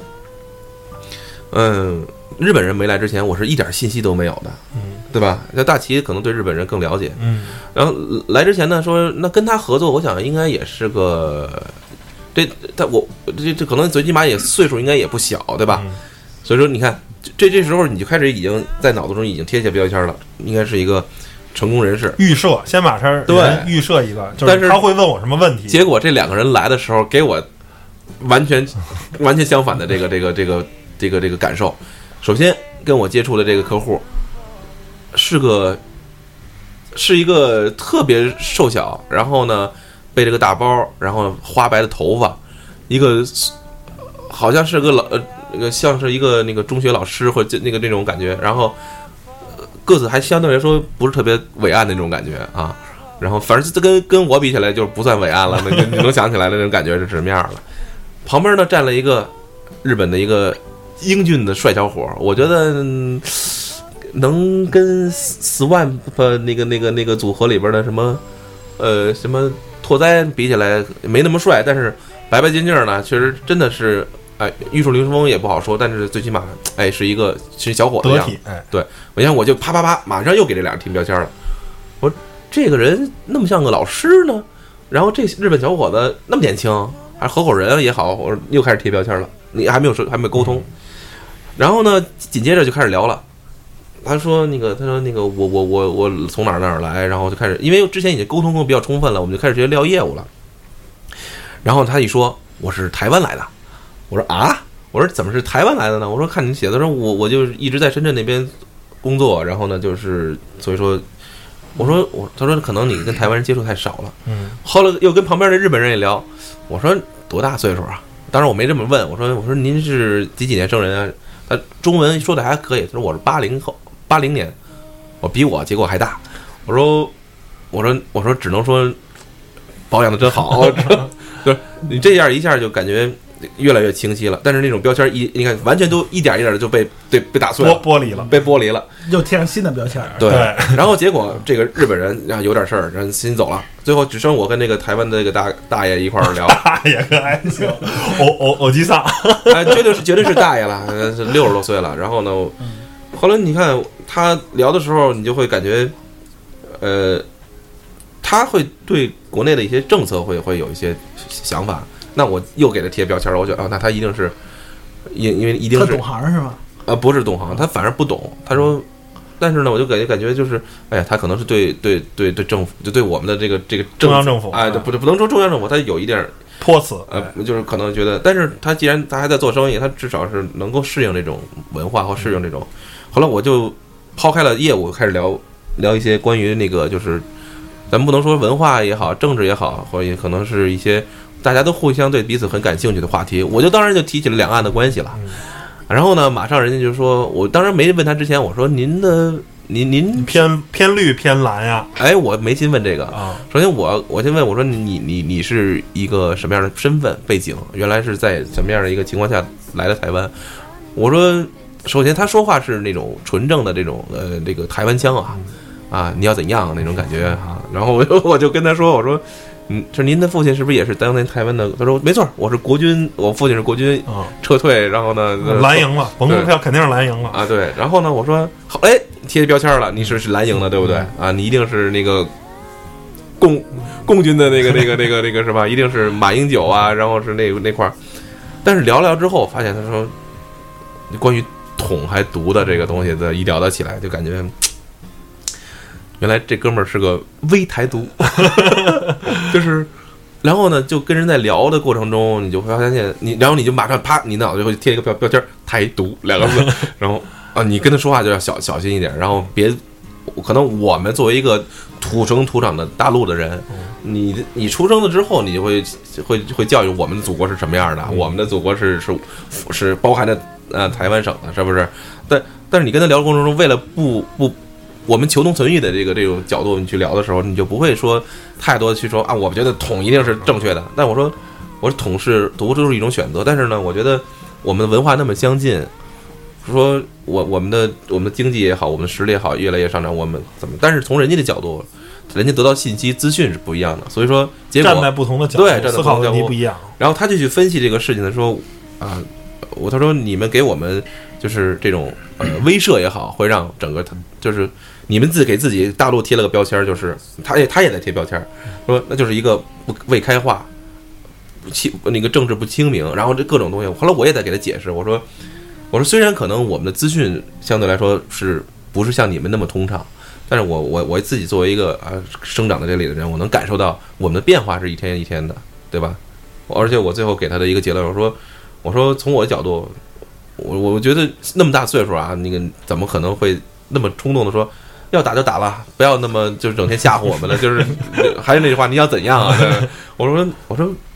日本人没来之前，我是一点信息都没有的，对吧？那大齐可能对日本人更了解，然后来之前呢，说那跟他合作，我想应该也是个，这可能最起码也岁数应该也不小，对吧？所以说你看，这时候你就开始已经在脑子中已经贴下标签了，应该是一个成功人士。 预设，先把他预设一个，就是他会问我什么问题。 结果这2个人来的时候，给我完全相反的这个感受。首先跟我接触的这个客户是一个特别瘦小，然后呢背着个大包，然后花白的头发，一个好像是个那个像是一个那个中学老师或者那种感觉，然后个子还相对来说不是特别伟岸的那种感觉啊。然后反正这跟我比起来就是不算伟岸了，那你能想起来的那种感觉是什么样了。旁边呢站了一个日本的一个英俊的帅小伙，我觉得能跟SWAMP那个组合里边的什么拓哉比起来没那么帅，但是白白净净呢，确实真的是玉树临风也不好说，但是最起码是一个小伙子样子。对，我想我就啪啪啪，马上又给这俩人贴标签了。我说这个人那么像个老师呢，然后这日本小伙子那么年轻，还合伙人也好，我又开始贴标签了。你还没有沟通，然后呢，紧接着就开始聊了。他说那个我从哪儿来，然后就开始，因为之前已经沟通比较充分了，我们就开始直接聊业务了。然后他一说我是台湾来的，我说啊，我说怎么是台湾来的呢？我说看你写的说我就一直在深圳那边工作，然后呢就是所以说。他说可能你跟台湾人接触太少了。后来又跟旁边的日本人也聊，我说多大岁数啊？当然我没这么问，我说您是几年生人啊？他中文说的还可以，他说我是80年，我比我结果还大。我说只能说保养的真好，就是你这样一下就感觉越来越清晰了，但是那种标签你看完全都一点一点的就被打碎了，被剥离了， 又贴上新的标签。 对，然后结果这个日本人然后有点事儿，人先走了，最后只剩我跟那个台湾的这个大爷一块儿聊。 大爷可还行，欧吉桑， 绝对是大爷了，60多岁了。然后呢，后来你看他聊的时候，你就会感觉，他会对国内的一些政策会有一些想法。那我又给他贴标签了，我觉得那他一定是，因为一定是他懂行是吗？ 不是懂行，他反而不懂。他说，但是呢，我就感觉就是，哎呀，他可能是对政府，就对我们的这个中央政府， 不能说中央政府，他有一点泼词， 就是可能觉得，但是他既然他还在做生意，他至少是能够适应这种文化或适应这种。后来我就抛开了业务，开始聊一些关于那个，就是咱们不能说文化也好，政治也好，或者也可能是一些。大家都互相对彼此很感兴趣的话题，我就当然就提起了两岸的关系了。然后呢，马上人家就说，我当然没问他之前，我说您偏绿偏蓝呀？ 我没先问这个啊。首先我先问我说你是一个什么样的身份背景？原来是在什么样的一个情况下来的台湾？我说首先他说话是那种纯正的这种这个台湾腔啊，你要怎样那种感觉啊？然后我就跟他说，我说。说您的父亲是不是也是当年台湾的？他说没错，我是国军，我父亲是国军撤退，然后呢蓝营了，甭股票肯定是蓝营了啊。对，然后呢我说好，贴标签了，你是蓝营的对不对啊？你一定是那个共军的那个是吧？一定是马英九啊，然后是那块儿。但是聊之后发现，他说关于统还独的这个东西的一聊得起来，就感觉。原来这哥们儿是个微台独，就是，然后呢，就跟人在聊的过程中，你就会发现然后你就马上啪，你脑子就会贴一个标签“台独”2个字，然后你跟他说话就要小心一点，然后别，可能我们作为一个土生土长的大陆的人，你出生了之后，你就会教育我们的祖国是什么样的，我们的祖国是包含着台湾省的，是不是？但是你跟他聊的过程中，为了不。我们求同存异的这种角度，你去聊的时候，你就不会说太多的去说我觉得统一定是正确的。但我说统是独就是一种选择，但是呢，我觉得我们的文化那么相近，说我们的经济也好，我们的实力也好，越来越上涨，我们怎么？但是从人家的角度，人家得到信息资讯是不一样的，所以说结果站在不同的角度， 对， 思考问题不一样。 然后他就去分析这个事情的时候他说你们给我们就是这种威慑也好，会让整个就是你们给自己大陆贴了个标签，就是他也在贴标签，说那就是一个未开化，那个政治不清明，然后这各种东西。后来我也在给他解释，我说虽然可能我们的资讯相对来说是不是像你们那么通畅，但是我自己作为一个生长在这里的人，我能感受到我们的变化是一天一天的，对吧？而且我最后给他的一个结论，我说从我的角度，我觉得那么大岁数那个怎么可能会那么冲动的说要打就打了，不要那么就是整天吓唬我们了，就是还是那句话，你想怎样啊？我说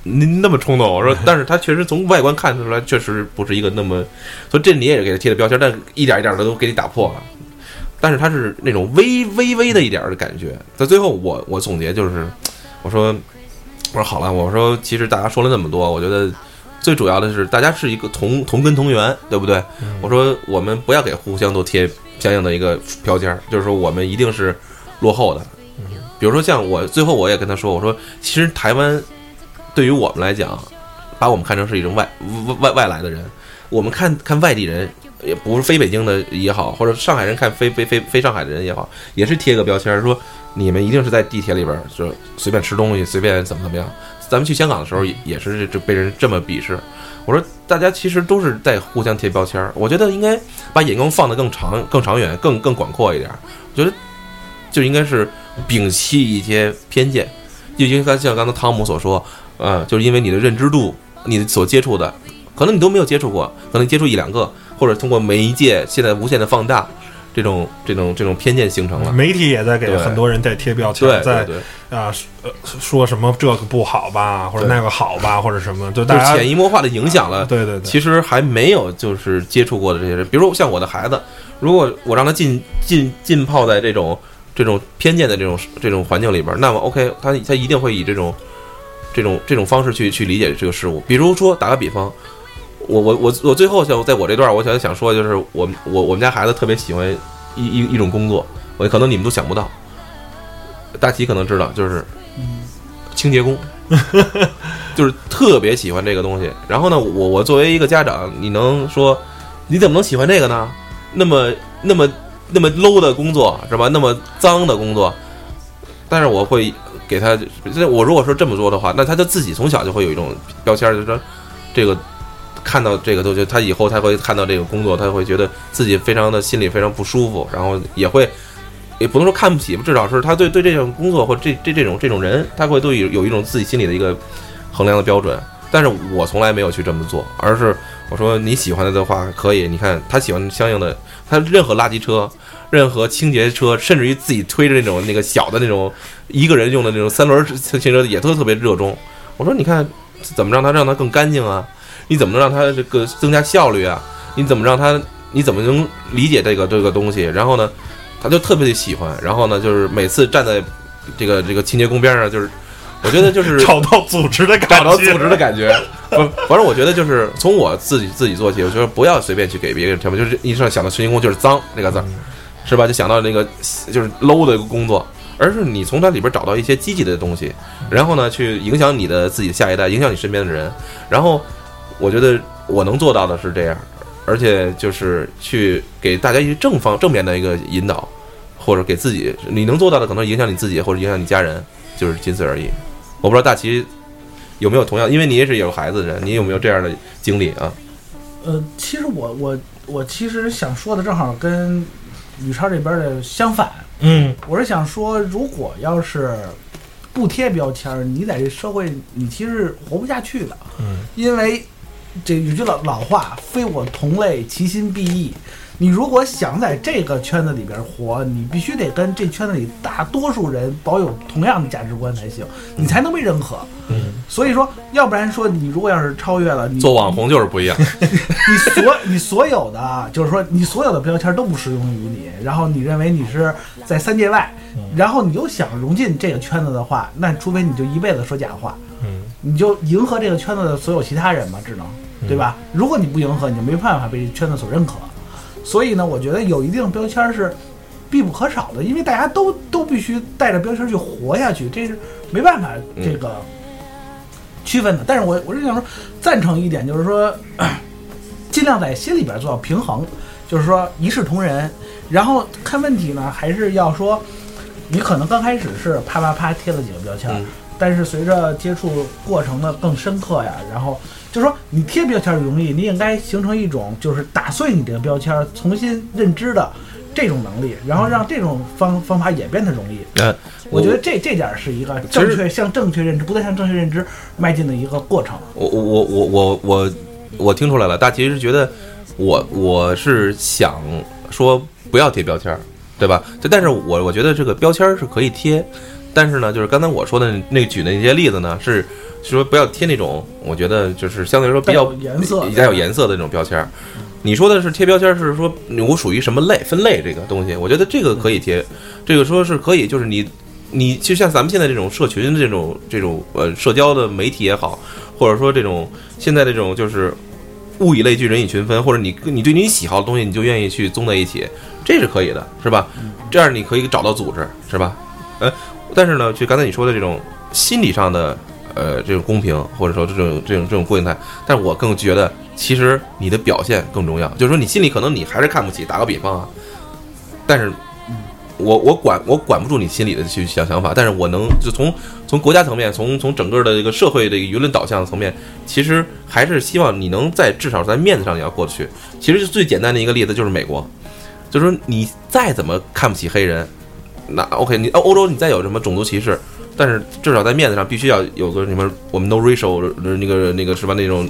那么冲动。我说，但是他确实从外观看出来，确实不是一个那么，所以这你也是给他贴的标签，但一点一点的都给你打破了。但是他是那种微的一点的感觉。在最后我总结就是，我说好了，我说其实大家说了那么多，我觉得最主要的是大家是一个同根同源，对不对？我说我们不要给互相都贴相应的一个标签，就是说我们一定是落后的。比如说像我最后我也跟他说，我说其实台湾对于我们来讲，把我们看成是一种外来的人，我们看外地人，也不是非北京的也好，或者上海人看非上海的人也好，也是贴个标签，说你们一定是在地铁里边就随便吃东西，随便怎么样。咱们去香港的时候也是被人这么鄙视。我说大家其实都是在互相贴标签，我觉得应该把眼光放得更长远，更广阔一点。我觉得就应该是摒弃一些偏见，就应该像刚才汤姆所说，就是因为你的认知度，你所接触的，可能你都没有接触过，可能接触一两个，或者通过媒介现在无限的放大，这种偏见形成了。 媒体也在给很多人在贴标签，在说什么这个不好吧，或者那个好吧，或者什么，就大家潜移默化的影响了。 对， 其实还没有就是接触过的这些人，比如说像我的孩子，如果我让他浸泡在这种偏见的这种环境里边，那么 OK， 他一定会以这种方式去理解这个事物。比如说打个比方，我最后在我这段，我想说就是我们家孩子特别喜欢一种工作，可能你们都想不到，大齐可能知道，就是清洁工，就是特别喜欢这个东西。然后呢，我作为一个家长，你能说你怎么能喜欢这个呢？那么 low 的工作是吧？那么脏的工作，但是我会给他，我如果说这么说的话，那他就自己从小就会有一种标签，就是说这个看到这个都觉得他以后他会看到这个工作，他会觉得自己非常的心里非常不舒服，然后也不能说看不起，至少是他对这种工作或这种人，他会都有一种自己心里的一个衡量的标准。但是我从来没有去这么做，而是我说你喜欢的话可以，你看他喜欢相应的，他任何垃圾车，任何清洁车，甚至于自己推着那个小的那种一个人用的那种3轮清洁车也都特别热衷。我说你看怎么让它更干净啊？你怎么能让它这个增加效率啊？你怎么能理解这个东西？然后呢，他就特别的喜欢。然后呢，就是每次站在这个清洁工边上，就是我觉得就是找到组织的感觉。反正我觉得就是从我自己做起，我觉得不要随便去给别人什么，就是一上想到清洁工就是脏这个字儿，是吧？就想到那个就是 low 的一个工作，而是你从它里边找到一些积极的东西，然后呢，去影响你的自己的下一代，影响你身边的人。然后我觉得我能做到的是这样，而且就是去给大家一些正面的一个引导，或者给自己你能做到的，可能影响你自己或者影响你家人，就是仅此而已。我不知道大齐有没有同样，因为你也是有孩子的人，你有没有这样的经历啊？ 其实我其实想说的正好跟宇超这边的相反。我是想说，如果要是不贴标签，你在这社会你其实活不下去的。因为这有句老话，非我同类，其心必异。你如果想在这个圈子里边活，你必须得跟这圈子里大多数人保有同样的价值观才行，你才能被认可。所以说，要不然说你如果要是超越了，你做网红就是不一样。 你所有的就是说你所有的标签都不适用于你，然后你认为你是在3界外，然后你又想融进这个圈子的话，那除非你就一辈子说假话，你就迎合这个圈子的所有其他人嘛，只能对吧？如果你不迎合，你就没办法被圈子所认可。所以呢，我觉得有一定的标签是必不可少的，因为大家都必须带着标签去活下去，这是没办法这个区分的。但是我是想说，赞成一点，就是说尽量在心里边做到平衡，就是说一视同仁。然后看问题呢，还是要说你可能刚开始是啪啪啪贴了几个标签，但是随着接触过程的更深刻呀，然后就是说你贴标签容易，你应该形成一种就是打碎你这个标签重新认知的这种能力，然后让这种方法也变得容易。我觉得这点是一个向正确认知，不断向正确认知迈进的一个过程。 我听出来了，大齐是觉得我是想说不要贴标签，对吧？但是我觉得这个标签是可以贴，但是呢，就是刚才我说的举的那些例子呢，是说不要贴那种，我觉得就是相对来说比较有颜色的那种标签。你说的是贴标签，是说我属于什么类分类这个东西，我觉得这个可以贴，这个说是可以，就是你就像咱们现在这种社群这种社交的媒体也好，或者说这种现在这种就是物以类聚，人以群分，或者你对你喜好的东西，你就愿意去综在一起，这是可以的，是吧？这样你可以找到组织，是吧？但是呢，就刚才你说的这种心理上的这种公平，或者说这种过硬态，但我更觉得其实你的表现更重要，就是说你心里可能你还是看不起，打个比方啊，但是我管不住你心里的去想法，但是我能就从国家层面，从整个的这个社会的舆论导向层面，其实还是希望你能至少在面子上你要过得去。其实最简单的一个例子就是美国，就是说你再怎么看不起黑人，那 OK， 你欧洲你再有什么种族歧视，但是至少在面子上必须要有个什么我们 no racial 那个是吧，那种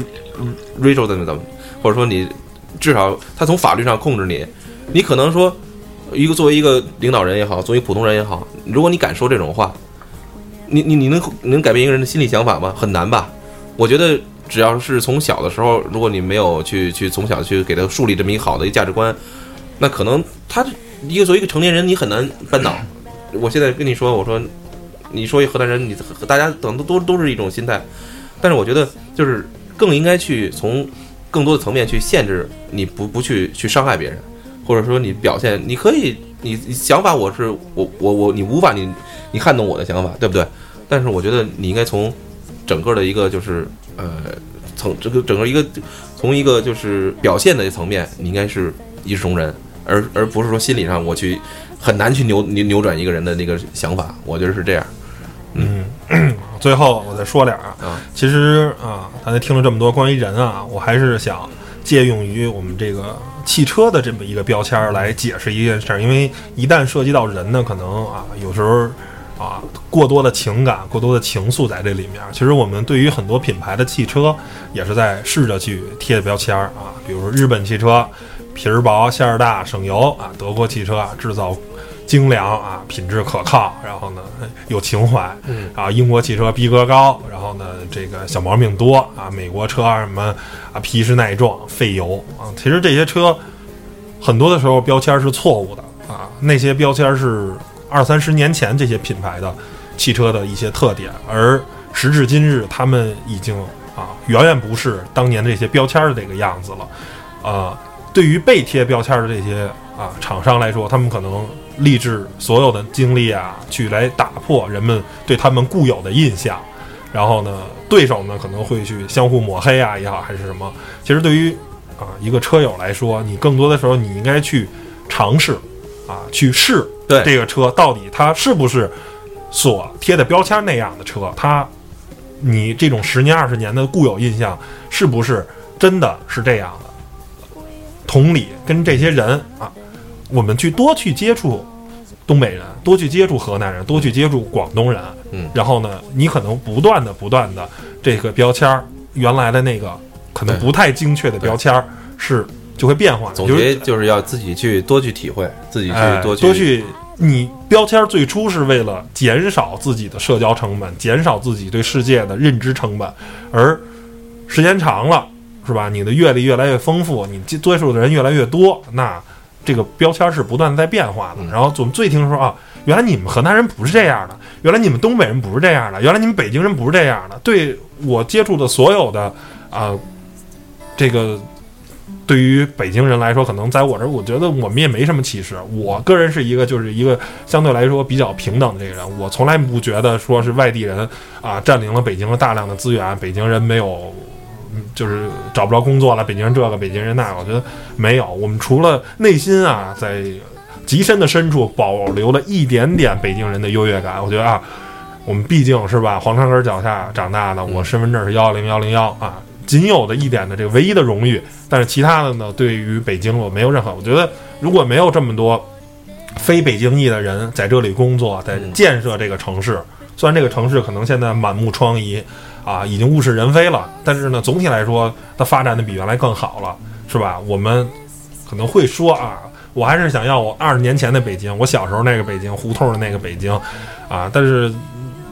racial 怎么，或者说你至少他从法律上控制你，你可能说作为一个领导人也好，作为普通人也好，如果你敢说这种话，你能改变一个人的心理想法吗？很难吧？我觉得只要是从小的时候，如果你没有去从小去给他树立这么一个好的一个价值观，那可能他作为一个成年人，你很难扳倒。我现在跟你说，我说你说一河南人，你大家等都是一种心态，但是我觉得就是更应该去从更多的层面去限制你不去伤害别人。或者说你表现，你可以，你想法我你无法你撼动我的想法，对不对？但是我觉得你应该从整个的一个就是整个一个从一个就是表现的层面，你应该是一视同仁，而不是说心理上我去很难去扭转一个人的那个想法，我觉得是这样。 最后我再说点啊，其实啊，刚才听了这么多关于人啊，我还是想借用于我们这个汽车的这么一个标签来解释一件事儿，因为一旦涉及到人呢，可能啊有时候啊过多的情感、过多的情愫在这里面。其实我们对于很多品牌的汽车也是在试着去贴标签啊，比如说日本汽车皮儿薄、馅儿大、省油啊，德国汽车制造精良啊，品质可靠，然后呢有情怀，啊，英国汽车逼格高，然后呢这个小毛病多啊，美国车什么啊皮实耐撞、费油啊，其实这些车很多的时候标签是错误的啊，那些标签是20-30年前这些品牌的汽车的一些特点，而时至今日，他们已经啊远远不是当年这些标签的这个样子了，对于被贴标签的这些啊厂商来说，他们可能立志所有的精力啊，去来打破人们对他们固有的印象，然后呢，对手呢可能会去相互抹黑啊也好，还是什么。其实对于啊一个车友来说，你更多的时候你应该去尝试啊，去试这个车到底它是不是所贴的标签那样的车，你这种10年20年的固有印象是不是真的是这样的。同理，跟这些人啊，我们多去接触东北人，多去接触河南人，多去接触广东人，然后呢，你可能不断的这个标签原来的那个可能不太精确的标签就会变化。 总结就是要自己去多去体会，自己去多去。 你标签最初是为了减少自己的社交成本，减少自己对世界的认知成本，而时间长了，是吧？你的阅历越来越丰富，你接触的人越来越多，那这个标签是不断的在变化的。然后总最听说啊，原来你们河南人不是这样的，原来你们东北人不是这样的，原来你们北京人不是这样的。对我接触的所有的这个对于北京人来说，可能在我这儿，我觉得我们也没什么歧视。我个人是一个相对来说比较平等的这个人，我从来不觉得说是外地人啊占领了北京的大量的资源，北京人没有。就是找不着工作了，北京人这个，北京人那个，我觉得没有。我们除了内心啊，在极深的深处保留了一点点北京人的优越感。我觉得啊，我们毕竟是吧，黄长根脚下长大的，我身份证是100101啊，仅有的一点的这个唯一的荣誉。但是其他的呢，对于北京我没有任何。我觉得如果没有这么多非北京裔的人在这里工作，在建设这个城市，虽然这个城市可能现在满目疮痍。啊，已经物是人非了，但是呢，总体来说，它发展的比原来更好了，是吧？我们可能会说啊，我还是想要我20年前的北京，我小时候那个北京，胡同的那个北京，啊，但是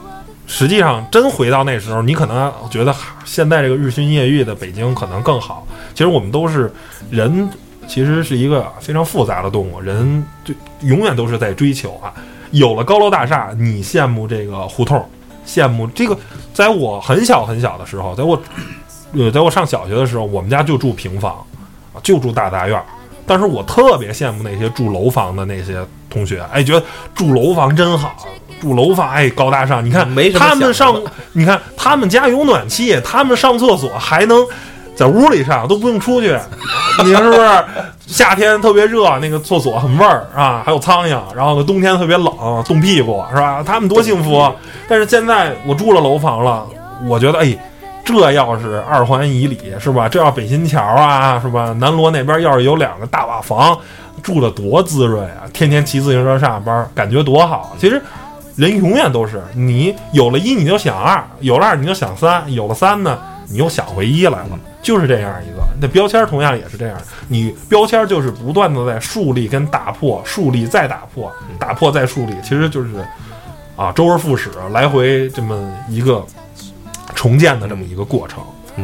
实际上真回到那时候，你可能觉得现在这个日新月异的北京可能更好。其实我们都是人，其实是一个非常复杂的动物，人就永远都是在追求啊。有了高楼大厦，你羡慕这个胡同，羡慕这个。在我很小很小的时候，在我上小学的时候，我们家就住平房，就住大杂院。但是我特别羡慕那些住楼房的那些同学，哎，觉得住楼房真好，住楼房哎高大上。你看他们上，你看他们家有暖气，他们上厕所还能在屋里上，都不用出去。你看是不是？夏天特别热，那个厕所很味儿啊，还有苍蝇。然后冬天特别冷，冻屁股是吧？他们多幸福。但是现在我住了楼房了，我觉得哎。这要是2环以里是吧？这要北新桥啊是吧？南锣那边要是有2个大瓦房，住的多滋润啊！天天骑自行车上班，感觉多好。其实人永远都是你有了1你就想2，有了2你就想3，有了3呢你又想回1来了，就是这样一个。那标签同样也是这样，你标签就是不断的在树立跟打破，树立再打破，打破再树立，其实就是周而复始，来回这么一个重建的这么一个过程。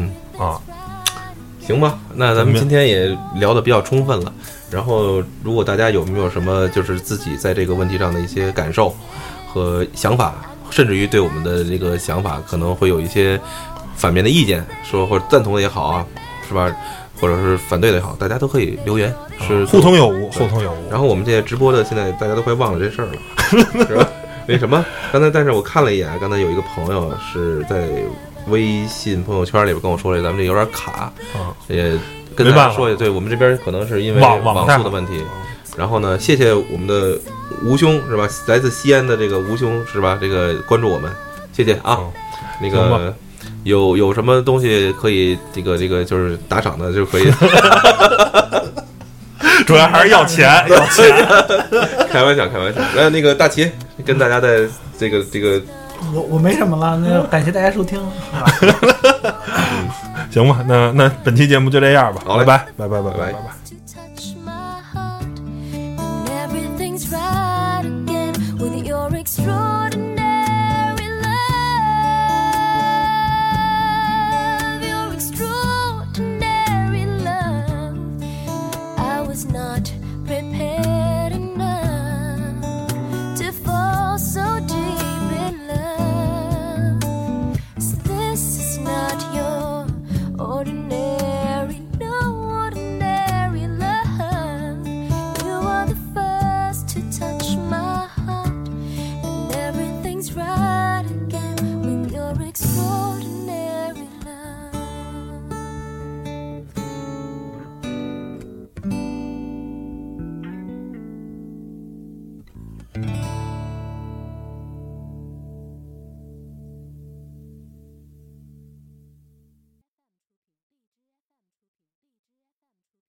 行吧，那咱们今天也聊得比较充分了。然后如果大家有没有什么就是自己在这个问题上的一些感受和想法，甚至于对我们的这个想法可能会有一些反面的意见，说或者赞同的也好啊，是吧？或者是反对的也好，大家都可以留言，是互通有无，互通有无。 然后我们这些直播的现在大家都快忘了这事儿了，是吧？为什么？刚才但是我看了一眼，刚才有一个朋友是在微信朋友圈里边跟我说了，咱们这有点卡，也跟大家说，对我们这边可能是因为网速的问题。然后呢，谢谢我们的吴兄是吧？来自西安的这个吴兄是吧？这个关注我们，谢谢啊。那个有什么东西可以这个就是打赏的就可以。 主要还是要钱，要钱。 开玩笑。来，那个大齐跟大家的这个。 我没什么了，那感谢大家收听。 行吧，那本期节目就这样吧。 好嘞， 拜拜。 Not prepared.